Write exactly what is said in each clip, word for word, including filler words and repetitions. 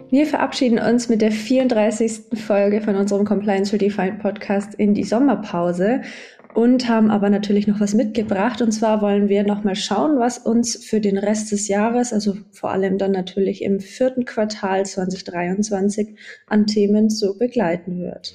Wir verabschieden uns mit der vierunddreißigsten Folge von unserem Compliance Redefined Podcast in die Sommerpause und haben aber natürlich noch was mitgebracht. Und zwar wollen wir nochmal schauen, was uns für den Rest des Jahres, also vor allem dann natürlich im vierten Quartal zwanzig dreiundzwanzig, an Themen so begleiten wird.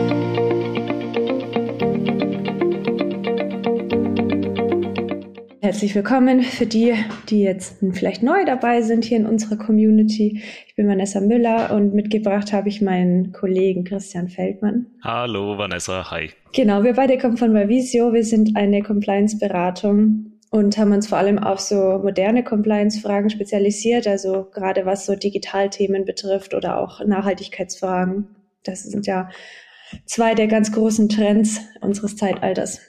Herzlich willkommen für die, die jetzt vielleicht neu dabei sind hier in unserer Community. Ich bin Vanessa Müller und mitgebracht habe ich meinen Kollegen Christian Feldmann. Hallo Vanessa, hi. Genau, wir beide kommen von Valvisio. Wir sind eine Compliance-Beratung und haben uns vor allem auf so moderne Compliance-Fragen spezialisiert, also gerade was so Digitalthemen betrifft oder auch Nachhaltigkeitsfragen. Das sind ja zwei der ganz großen Trends unseres Zeitalters.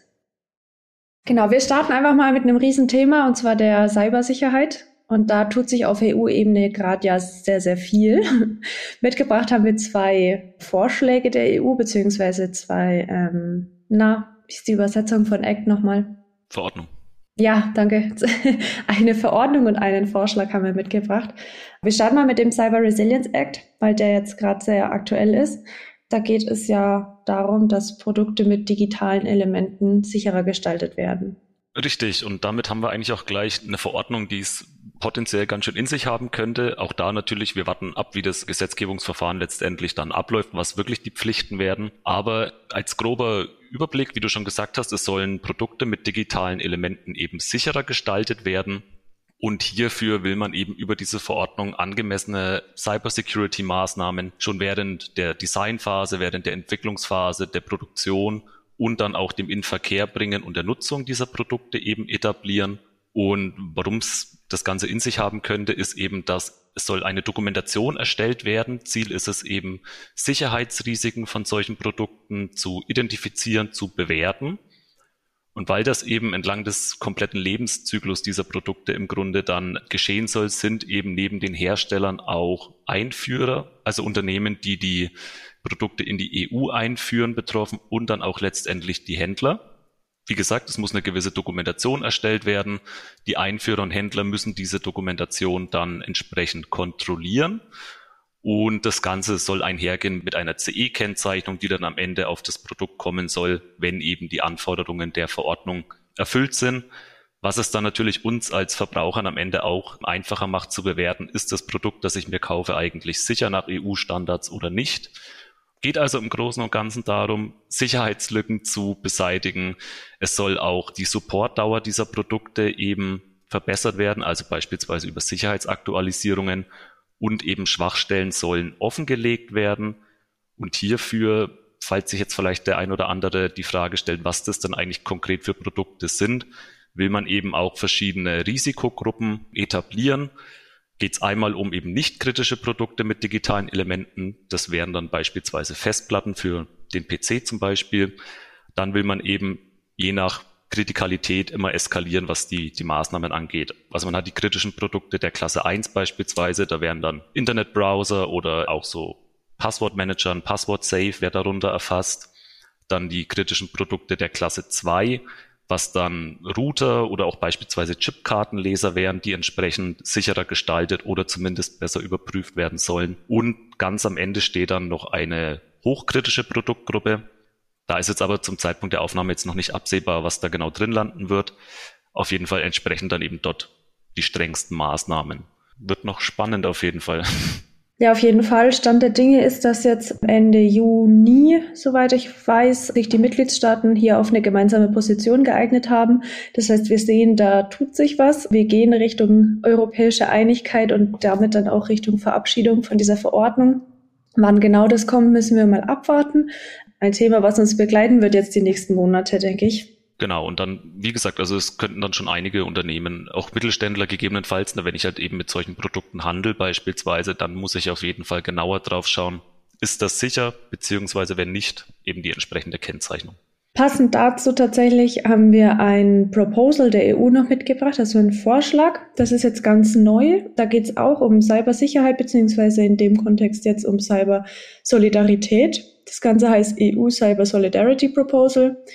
Genau, wir starten einfach mal mit einem Riesenthema, und zwar der Cybersicherheit. Und da tut sich auf E U-Ebene gerade ja sehr, sehr viel. Mitgebracht haben wir zwei Vorschläge der E U, beziehungsweise zwei, ähm, na, wie ist die Übersetzung von Act nochmal? Verordnung. Ja, danke. Eine Verordnung und einen Vorschlag haben wir mitgebracht. Wir starten mal mit dem Cyber Resilience Act, weil der jetzt gerade sehr aktuell ist. Da geht es ja darum, dass Produkte mit digitalen Elementen sicherer gestaltet werden. Richtig, und damit haben wir eigentlich auch gleich eine Verordnung, die es potenziell ganz schön in sich haben könnte. Auch da natürlich, wir warten ab, wie das Gesetzgebungsverfahren letztendlich dann abläuft, was wirklich die Pflichten werden. Aber als grober Überblick, wie du schon gesagt hast, es sollen Produkte mit digitalen Elementen eben sicherer gestaltet werden. Und hierfür will man eben über diese Verordnung angemessene Cybersecurity-Maßnahmen schon während der Designphase, während der Entwicklungsphase, der Produktion und dann auch dem Inverkehr bringen und der Nutzung dieser Produkte eben etablieren. Und warum es das Ganze in sich haben könnte, ist eben, dass es soll eine Dokumentation erstellt werden. Ziel ist es eben, Sicherheitsrisiken von solchen Produkten zu identifizieren, zu bewerten. Und weil das eben entlang des kompletten Lebenszyklus dieser Produkte im Grunde dann geschehen soll, sind eben neben den Herstellern auch Einführer, also Unternehmen, die die Produkte in die E U einführen, betroffen und dann auch letztendlich die Händler. Wie gesagt, es muss eine gewisse Dokumentation erstellt werden. Die Einführer und Händler müssen diese Dokumentation dann entsprechend kontrollieren. Und das Ganze soll einhergehen mit einer C E-Kennzeichnung, die dann am Ende auf das Produkt kommen soll, wenn eben die Anforderungen der Verordnung erfüllt sind. Was es dann natürlich uns als Verbrauchern am Ende auch einfacher macht zu bewerten, ist das Produkt, das ich mir kaufe, eigentlich sicher nach E U-Standards oder nicht. Geht also im Großen und Ganzen darum, Sicherheitslücken zu beseitigen. Es soll auch die Supportdauer dieser Produkte eben verbessert werden, also beispielsweise über Sicherheitsaktualisierungen. Und eben Schwachstellen sollen offengelegt werden. Und hierfür, falls sich jetzt vielleicht der ein oder andere die Frage stellt, was das dann eigentlich konkret für Produkte sind, will man eben auch verschiedene Risikogruppen etablieren. Geht es einmal um eben nicht kritische Produkte mit digitalen Elementen. Das wären dann beispielsweise Festplatten für den P C zum Beispiel. Dann will man eben je nach Kritikalität immer eskalieren, was die, die Maßnahmen angeht. Also man hat die kritischen Produkte der Klasse eins beispielsweise, da wären dann Internetbrowser oder auch so Passwortmanager, ein Passwort-Safe wäre darunter erfasst. Dann die kritischen Produkte der Klasse zwei, was dann Router oder auch beispielsweise Chipkartenleser wären, die entsprechend sicherer gestaltet oder zumindest besser überprüft werden sollen. Und ganz am Ende steht dann noch eine hochkritische Produktgruppe. Da ist jetzt aber zum Zeitpunkt der Aufnahme jetzt noch nicht absehbar, was da genau drin landen wird. Auf jeden Fall entsprechend dann eben dort die strengsten Maßnahmen. Wird noch spannend auf jeden Fall. Ja, auf jeden Fall. Stand der Dinge ist, dass jetzt Ende Juni, soweit ich weiß, sich die Mitgliedstaaten hier auf eine gemeinsame Position geeignet haben. Das heißt, wir sehen, da tut sich was. Wir gehen Richtung europäische Einigkeit und damit dann auch Richtung Verabschiedung von dieser Verordnung. Wann genau das kommt, müssen wir mal abwarten. Ein Thema, was uns begleiten wird jetzt die nächsten Monate, denke ich. Genau, und dann, wie gesagt, also es könnten dann schon einige Unternehmen, auch Mittelständler gegebenenfalls, wenn ich halt eben mit solchen Produkten handle beispielsweise, dann muss ich auf jeden Fall genauer drauf schauen, ist das sicher, beziehungsweise wenn nicht, eben die entsprechende Kennzeichnung. Passend dazu tatsächlich haben wir ein Proposal der E U noch mitgebracht, also einen Vorschlag. Das ist jetzt ganz neu. Da geht es auch um Cybersicherheit, beziehungsweise in dem Kontext jetzt um Cybersolidarität. Das Ganze heißt E U Cyber Solidarity Proposal.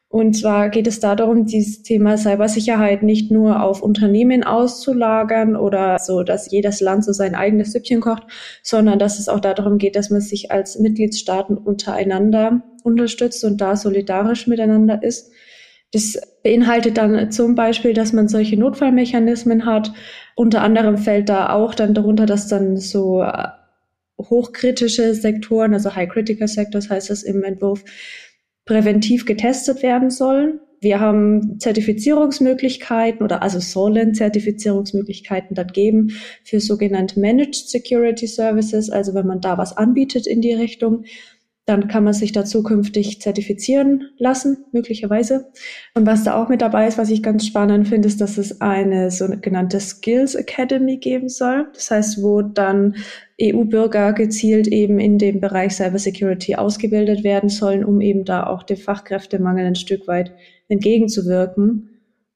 Und zwar geht es darum, dieses Thema Cybersicherheit nicht nur auf Unternehmen auszulagern oder so, dass jedes Land so sein eigenes Süppchen kocht, sondern dass es auch darum geht, dass man sich als Mitgliedstaaten untereinander unterstützt und da solidarisch miteinander ist. Das beinhaltet dann zum Beispiel, dass man solche Notfallmechanismen hat. Unter anderem fällt da auch dann darunter, dass dann so hochkritische Sektoren, also High Critical Sectors heißt das im Entwurf, präventiv getestet werden sollen. Wir haben Zertifizierungsmöglichkeiten oder also sollen Zertifizierungsmöglichkeiten dann geben für sogenannte Managed Security Services. Also wenn man da was anbietet in die Richtung, dann kann man sich da zukünftig zertifizieren lassen, möglicherweise. Und was da auch mit dabei ist, was ich ganz spannend finde, ist, dass es eine sogenannte Skills Academy geben soll. Das heißt, wo dann E U-Bürger gezielt eben in dem Bereich Cybersecurity ausgebildet werden sollen, um eben da auch dem Fachkräftemangel ein Stück weit entgegenzuwirken.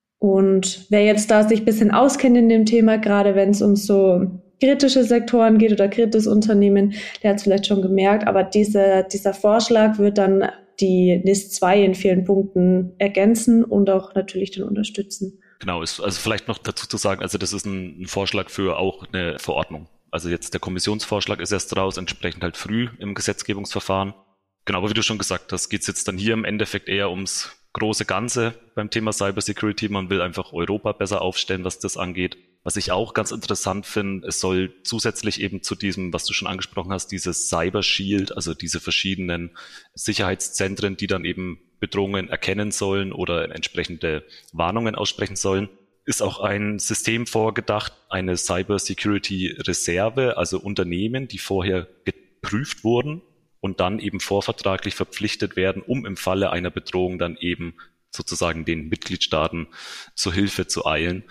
Und wer jetzt da sich ein bisschen auskennt in dem Thema, gerade wenn es um so kritische Sektoren geht oder kritische Unternehmen, der hat es vielleicht schon gemerkt, aber diese, dieser Vorschlag wird dann die N I S zwei in vielen Punkten ergänzen und auch natürlich dann unterstützen. Genau, ist also vielleicht noch dazu zu sagen, also das ist ein, ein Vorschlag für auch eine Verordnung. Also jetzt der Kommissionsvorschlag ist erst raus, entsprechend halt früh im Gesetzgebungsverfahren. Genau, aber wie du schon gesagt hast, geht es jetzt dann hier im Endeffekt eher ums große Ganze beim Thema Cybersecurity. Man will einfach Europa besser aufstellen, was das angeht. Was ich auch ganz interessant finde, es soll zusätzlich eben zu diesem, was du schon angesprochen hast, dieses Cyber Shield, also diese verschiedenen Sicherheitszentren, die dann eben Bedrohungen erkennen sollen oder entsprechende Warnungen aussprechen sollen, ist auch ein System vorgedacht, eine Cyber Security Reserve, also Unternehmen, die vorher geprüft wurden und dann eben vorvertraglich verpflichtet werden, um im Falle einer Bedrohung dann eben sozusagen den Mitgliedstaaten zur Hilfe zu eilen.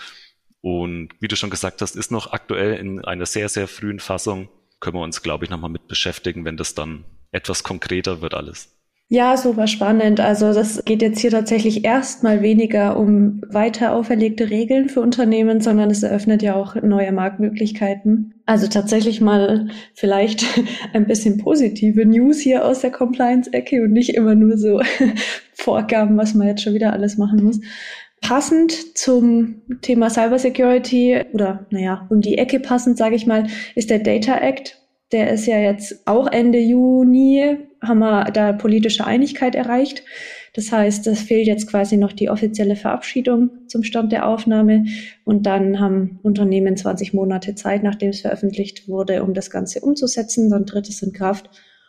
Und wie du schon gesagt hast, ist noch aktuell in einer sehr, sehr frühen Fassung. Können wir uns, glaube ich, nochmal mit beschäftigen, wenn das dann etwas konkreter wird alles. Ja, super spannend. Also das geht jetzt hier tatsächlich erstmal weniger um weiter auferlegte Regeln für Unternehmen, sondern es eröffnet ja auch neue Marktmöglichkeiten. Also tatsächlich mal vielleicht ein bisschen positive News hier aus der Compliance-Ecke und nicht immer nur so Vorgaben, was man jetzt schon wieder alles machen muss. Passend zum Thema Cybersecurity oder naja, um die Ecke passend, sage ich mal, ist der Data Act. Der ist ja jetzt auch Ende Juni, haben wir da politische Einigkeit erreicht. Das heißt, es fehlt jetzt quasi noch die offizielle Verabschiedung zum Stand der Aufnahme. Und dann haben Unternehmen zwanzig Monate Zeit, nachdem es veröffentlicht wurde, um das Ganze umzusetzen. Dann tritt es in Kraft.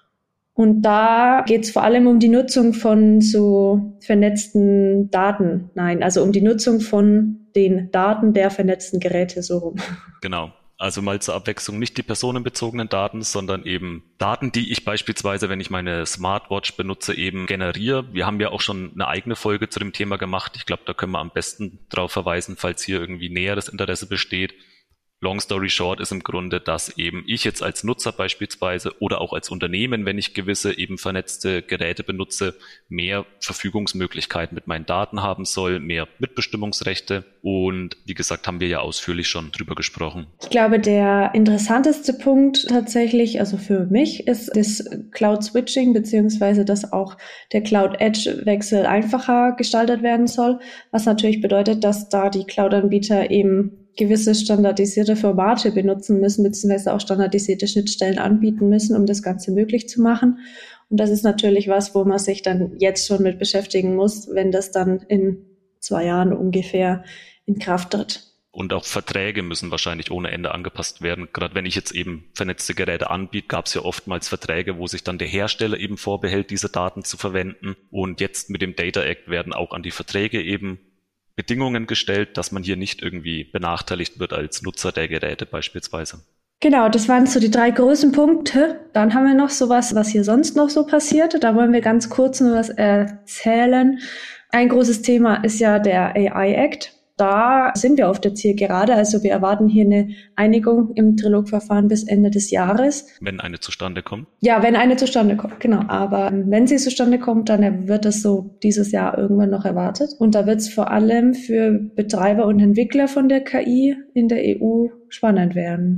Und da geht es vor allem um die Nutzung von so vernetzten Daten. Nein, also um die Nutzung von den Daten der vernetzten Geräte, so rum. Genau. Also mal zur Abwechslung nicht die personenbezogenen Daten, sondern eben Daten, die ich beispielsweise, wenn ich meine Smartwatch benutze, eben generiere. Wir haben ja auch schon eine eigene Folge zu dem Thema gemacht. Ich glaube, da können wir am besten darauf verweisen, falls hier irgendwie näheres Interesse besteht. Long story short ist im Grunde, dass eben ich jetzt als Nutzer beispielsweise oder auch als Unternehmen, wenn ich gewisse eben vernetzte Geräte benutze, mehr Verfügungsmöglichkeiten mit meinen Daten haben soll, mehr Mitbestimmungsrechte. Und wie gesagt, haben wir ja ausführlich schon drüber gesprochen. Ich glaube, der interessanteste Punkt tatsächlich, also für mich, ist das Cloud-Switching, beziehungsweise dass auch der Cloud-Edge-Wechsel einfacher gestaltet werden soll, was natürlich bedeutet, dass da die Cloud-Anbieter eben gewisse standardisierte Formate benutzen müssen, beziehungsweise auch standardisierte Schnittstellen anbieten müssen, um das Ganze möglich zu machen. Und das ist natürlich was, wo man sich dann jetzt schon mit beschäftigen muss, wenn das dann in zwei Jahren ungefähr in Kraft tritt. Und auch Verträge müssen wahrscheinlich ohne Ende angepasst werden. Gerade wenn ich jetzt eben vernetzte Geräte anbiete, gab es ja oftmals Verträge, wo sich dann der Hersteller eben vorbehält, diese Daten zu verwenden. Und jetzt mit dem Data Act werden auch an die Verträge eben Bedingungen gestellt, dass man hier nicht irgendwie benachteiligt wird als Nutzer der Geräte beispielsweise. Genau, das waren so die drei größten Punkte. Dann haben wir noch sowas, was hier sonst noch so passiert. Da wollen wir ganz kurz nur was erzählen. Ein großes Thema ist ja der A I Act. Da sind wir auf der Zielgerade. Also wir erwarten hier eine Einigung im Trilogverfahren bis Ende des Jahres. Wenn eine zustande kommt? Ja, wenn eine zustande kommt, genau. Aber wenn sie zustande kommt, dann wird es so dieses Jahr irgendwann noch erwartet. Und da wird es vor allem für Betreiber und Entwickler von der K I in der E U spannend werden.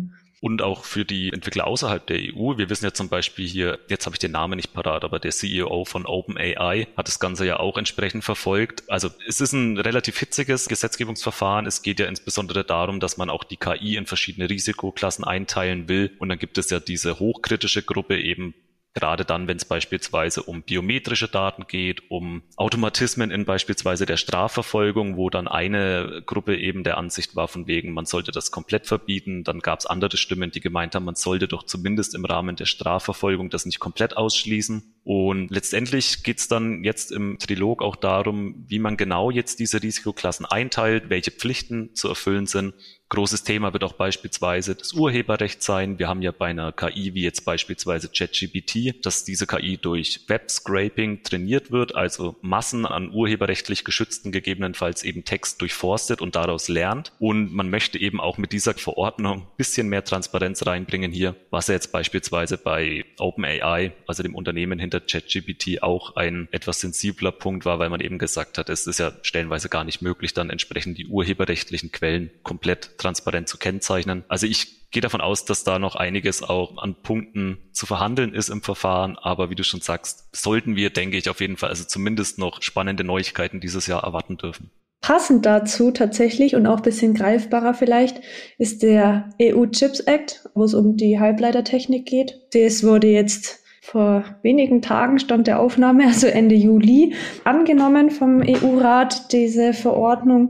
und auch für die Entwickler außerhalb der E U. Wir wissen ja zum Beispiel hier, jetzt habe ich den Namen nicht parat, aber der C E O von OpenAI hat das Ganze ja auch entsprechend verfolgt. Also es ist ein relativ hitziges Gesetzgebungsverfahren. Es geht ja insbesondere darum, dass man auch die K I in verschiedene Risikoklassen einteilen will. Und dann gibt es ja diese hochkritische Gruppe eben, gerade dann, wenn es beispielsweise um biometrische Daten geht, um Automatismen in beispielsweise der Strafverfolgung, wo dann eine Gruppe eben der Ansicht war, von wegen, man sollte das komplett verbieten. Dann gab es andere Stimmen, die gemeint haben, man sollte doch zumindest im Rahmen der Strafverfolgung das nicht komplett ausschließen. Und letztendlich geht es dann jetzt im Trilog auch darum, wie man genau jetzt diese Risikoklassen einteilt, welche Pflichten zu erfüllen sind. Großes Thema wird auch beispielsweise das Urheberrecht sein. Wir haben ja bei einer K I wie jetzt beispielsweise ChatGPT, dass diese K I durch Web-Scraping trainiert wird, also Massen an urheberrechtlich geschützten, gegebenenfalls eben Text durchforstet und daraus lernt. Und man möchte eben auch mit dieser Verordnung ein bisschen mehr Transparenz reinbringen hier, was ja jetzt beispielsweise bei OpenAI, also dem Unternehmen hinter ChatGPT, auch ein etwas sensibler Punkt war, weil man eben gesagt hat, es ist ja stellenweise gar nicht möglich, dann entsprechend die urheberrechtlichen Quellen komplett transparent zu kennzeichnen. Also ich gehe davon aus, dass da noch einiges auch an Punkten zu verhandeln ist im Verfahren. Aber wie du schon sagst, sollten wir, denke ich, auf jeden Fall also zumindest noch spannende Neuigkeiten dieses Jahr erwarten dürfen. Passend dazu tatsächlich und auch ein bisschen greifbarer vielleicht ist der E U-Chips Act, wo es um die Halbleitertechnik geht. Das wurde jetzt vor wenigen Tagen, Stand der Aufnahme, also Ende Juli, angenommen vom E U-Rat, diese Verordnung.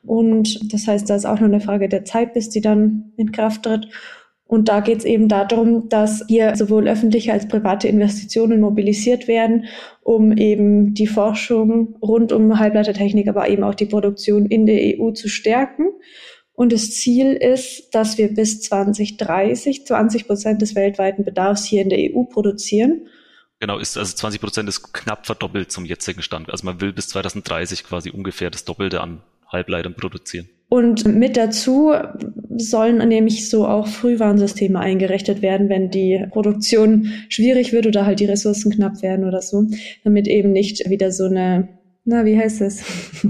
Und das heißt, da ist auch nur eine Frage der Zeit, bis die dann in Kraft tritt. Und da geht es eben darum, dass hier sowohl öffentliche als private Investitionen mobilisiert werden, um eben die Forschung rund um Halbleitertechnik, aber eben auch die Produktion in der E U zu stärken. Und das Ziel ist, dass wir bis zwanzig dreißig zwanzig Prozent des weltweiten Bedarfs hier in der E U produzieren. Genau, ist also zwanzig Prozent ist knapp verdoppelt zum jetzigen Stand. Also man will bis zwanzig dreißig quasi ungefähr das Doppelte an Halbleitern produzieren. Und mit dazu sollen nämlich so auch Frühwarnsysteme eingerichtet werden, wenn die Produktion schwierig wird oder halt die Ressourcen knapp werden oder so, damit eben nicht wieder so eine, na, wie heißt das?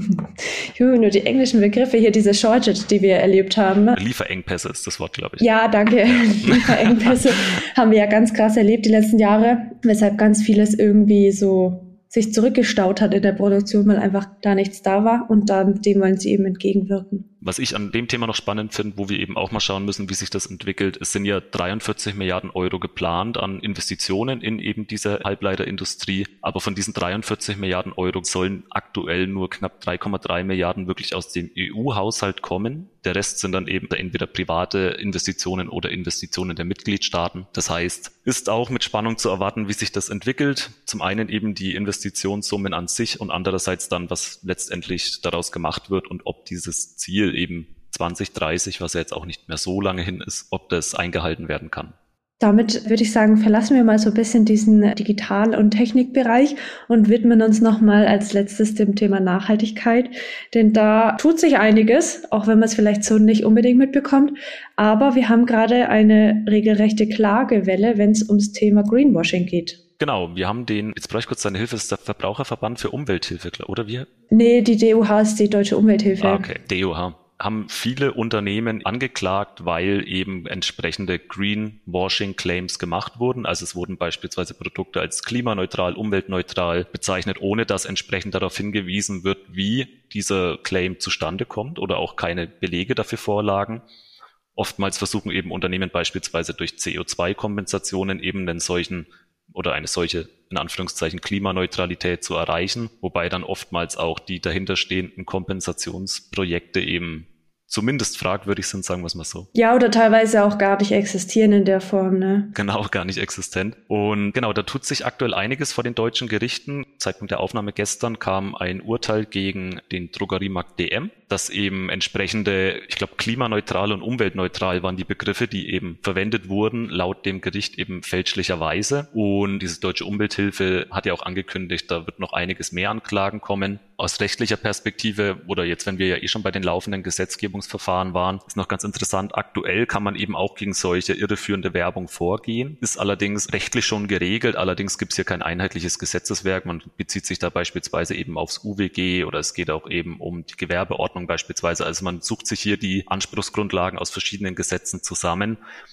Ich höre nur die englischen Begriffe hier, diese Shortage, die wir erlebt haben. Lieferengpässe ist das Wort, glaube ich. Ja, danke. Ja. Lieferengpässe haben wir ja ganz krass erlebt die letzten Jahre, weshalb ganz vieles irgendwie so sich zurückgestaut hat in der Produktion, weil einfach da nichts da war und dann dem wollen sie eben entgegenwirken. Was ich an dem Thema noch spannend finde, wo wir eben auch mal schauen müssen, wie sich das entwickelt, es sind ja dreiundvierzig Milliarden Euro geplant an Investitionen in eben diese Halbleiterindustrie, aber von diesen dreiundvierzig Milliarden Euro sollen aktuell nur knapp drei Komma drei Milliarden wirklich aus dem E U-Haushalt kommen. Der Rest sind dann eben entweder private Investitionen oder Investitionen der Mitgliedstaaten. Das heißt, ist auch mit Spannung zu erwarten, wie sich das entwickelt. Zum einen eben die Investitionssummen an sich und andererseits dann, was letztendlich daraus gemacht wird und ob dieses Ziel eben zwanzig dreißig, was ja jetzt auch nicht mehr so lange hin ist, ob das eingehalten werden kann. Damit würde ich sagen, verlassen wir mal so ein bisschen diesen Digital- und Technikbereich und widmen uns nochmal als letztes dem Thema Nachhaltigkeit. Denn da tut sich einiges, auch wenn man es vielleicht so nicht unbedingt mitbekommt. Aber wir haben gerade eine regelrechte Klagewelle, wenn es ums Thema Greenwashing geht. Genau, wir haben den, jetzt brauche ich kurz deine Hilfe, ist der Verbraucherverband für Umwelthilfe, oder wie? Nee, die D U H ist die Deutsche Umwelthilfe. Ah, okay, D U H. Haben viele Unternehmen angeklagt, weil eben entsprechende Greenwashing-Claims gemacht wurden. Also es wurden beispielsweise Produkte als klimaneutral, umweltneutral bezeichnet, ohne dass entsprechend darauf hingewiesen wird, wie dieser Claim zustande kommt oder auch keine Belege dafür vorlagen. Oftmals versuchen eben Unternehmen beispielsweise durch C O zwei Kompensationen eben einen solchen oder eine solche, in Anführungszeichen, Klimaneutralität zu erreichen, wobei dann oftmals auch die dahinterstehenden Kompensationsprojekte eben zumindest fragwürdig sind, sagen wir es mal so. Ja, oder teilweise auch gar nicht existieren in der Form, ne? Genau, gar nicht existent. Und genau, da tut sich aktuell einiges vor den deutschen Gerichten. Zeitpunkt der Aufnahme gestern kam ein Urteil gegen den Drogeriemarkt D M, dass eben entsprechende, ich glaube, klimaneutral und umweltneutral waren die Begriffe, die eben verwendet wurden, laut dem Gericht eben fälschlicherweise. Und diese Deutsche Umwelthilfe hat ja auch angekündigt, da wird noch einiges mehr an Klagen kommen. Aus rechtlicher Perspektive oder jetzt, wenn wir ja eh schon bei den laufenden Gesetzgebungsverfahren waren, ist noch ganz interessant. Aktuell kann man eben auch gegen solche irreführende Werbung vorgehen. Ist allerdings rechtlich schon geregelt. Allerdings gibt es hier kein einheitliches Gesetzeswerk. Man bezieht sich da beispielsweise eben aufs U W G oder es geht auch eben um die Gewerbeordnung beispielsweise. Also man sucht sich hier die Anspruchsgrundlagen aus verschiedenen Gesetzen zusammen.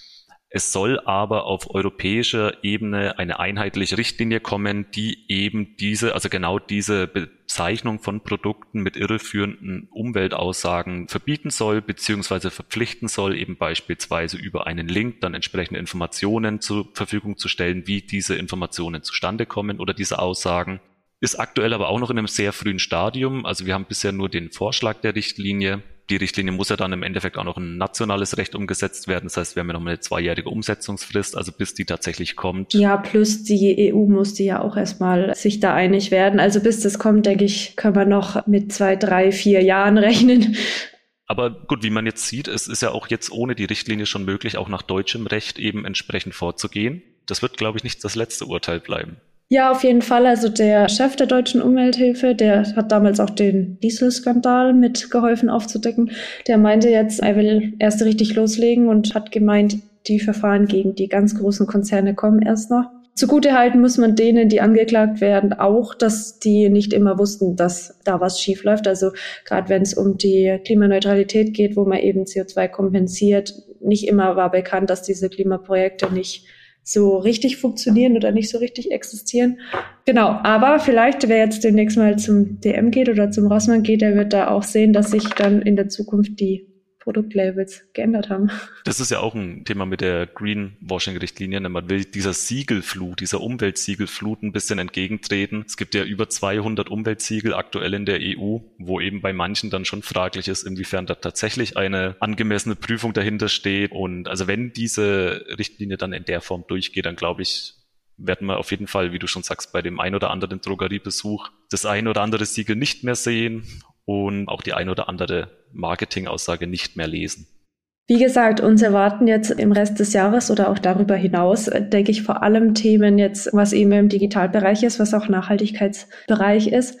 Es soll aber auf europäischer Ebene eine einheitliche Richtlinie kommen, die eben diese, also genau diese Bezeichnung von Produkten mit irreführenden Umweltaussagen verbieten soll, beziehungsweise verpflichten soll, eben beispielsweise über einen Link dann entsprechende Informationen zur Verfügung zu stellen, wie diese Informationen zustande kommen oder diese Aussagen. Ist aktuell aber auch noch in einem sehr frühen Stadium. Also wir haben bisher nur den Vorschlag der Richtlinie. Die Richtlinie muss ja dann im Endeffekt auch noch in nationales Recht umgesetzt werden. Das heißt, wir haben ja noch eine zweijährige Umsetzungsfrist, also bis die tatsächlich kommt. Ja, plus die E U musste ja auch erstmal sich da einig werden. Also bis das kommt, denke ich, können wir noch mit zwei, drei, vier Jahren rechnen. Aber gut, wie man jetzt sieht, es ist ja auch jetzt ohne die Richtlinie schon möglich, auch nach deutschem Recht eben entsprechend vorzugehen. Das wird, glaube ich, nicht das letzte Urteil bleiben. Ja, auf jeden Fall. Also der Chef der Deutschen Umwelthilfe, der hat damals auch den Dieselskandal mitgeholfen aufzudecken. Der meinte jetzt, er will erst richtig loslegen und hat gemeint, die Verfahren gegen die ganz großen Konzerne kommen erst noch. Zugutehalten muss man denen, die angeklagt werden, auch, dass die nicht immer wussten, dass da was schief läuft. Also gerade wenn es um die Klimaneutralität geht, wo man eben C O zwei kompensiert, nicht immer war bekannt, dass diese Klimaprojekte nicht so richtig funktionieren oder nicht so richtig existieren. Genau, aber vielleicht, wer jetzt demnächst mal zum D M geht oder zum Rossmann geht, der wird da auch sehen, dass sich dann in der Zukunft die Produktlabels geändert haben. Das ist ja auch ein Thema mit der Greenwashing-Richtlinie. Man will dieser Siegelflut, dieser Umweltsiegelflut ein bisschen entgegentreten. Es gibt ja über zweihundert Umweltsiegel aktuell in der E U, wo eben bei manchen dann schon fraglich ist, inwiefern da tatsächlich eine angemessene Prüfung dahinter steht. Und also wenn diese Richtlinie dann in der Form durchgeht, dann glaube ich, werden wir auf jeden Fall, wie du schon sagst, bei dem ein oder anderen Drogeriebesuch das ein oder andere Siegel nicht mehr sehen und auch die ein oder andere Marketingaussage nicht mehr lesen. Wie gesagt, uns erwarten jetzt im Rest des Jahres oder auch darüber hinaus, denke ich, vor allem Themen jetzt, was eben im Digitalbereich ist, was auch Nachhaltigkeitsbereich ist.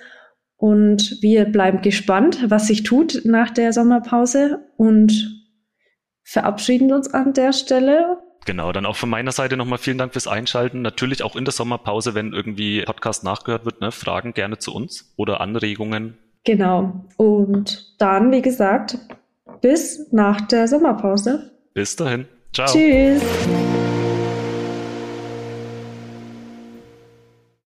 Und wir bleiben gespannt, was sich tut nach der Sommerpause und verabschieden uns an der Stelle. Genau, dann auch von meiner Seite nochmal vielen Dank fürs Einschalten. Natürlich auch in der Sommerpause, wenn irgendwie Podcast nachgehört wird, ne, Fragen gerne zu uns oder Anregungen. Genau. Und dann, wie gesagt, bis nach der Sommerpause. Bis dahin. Ciao. Tschüss.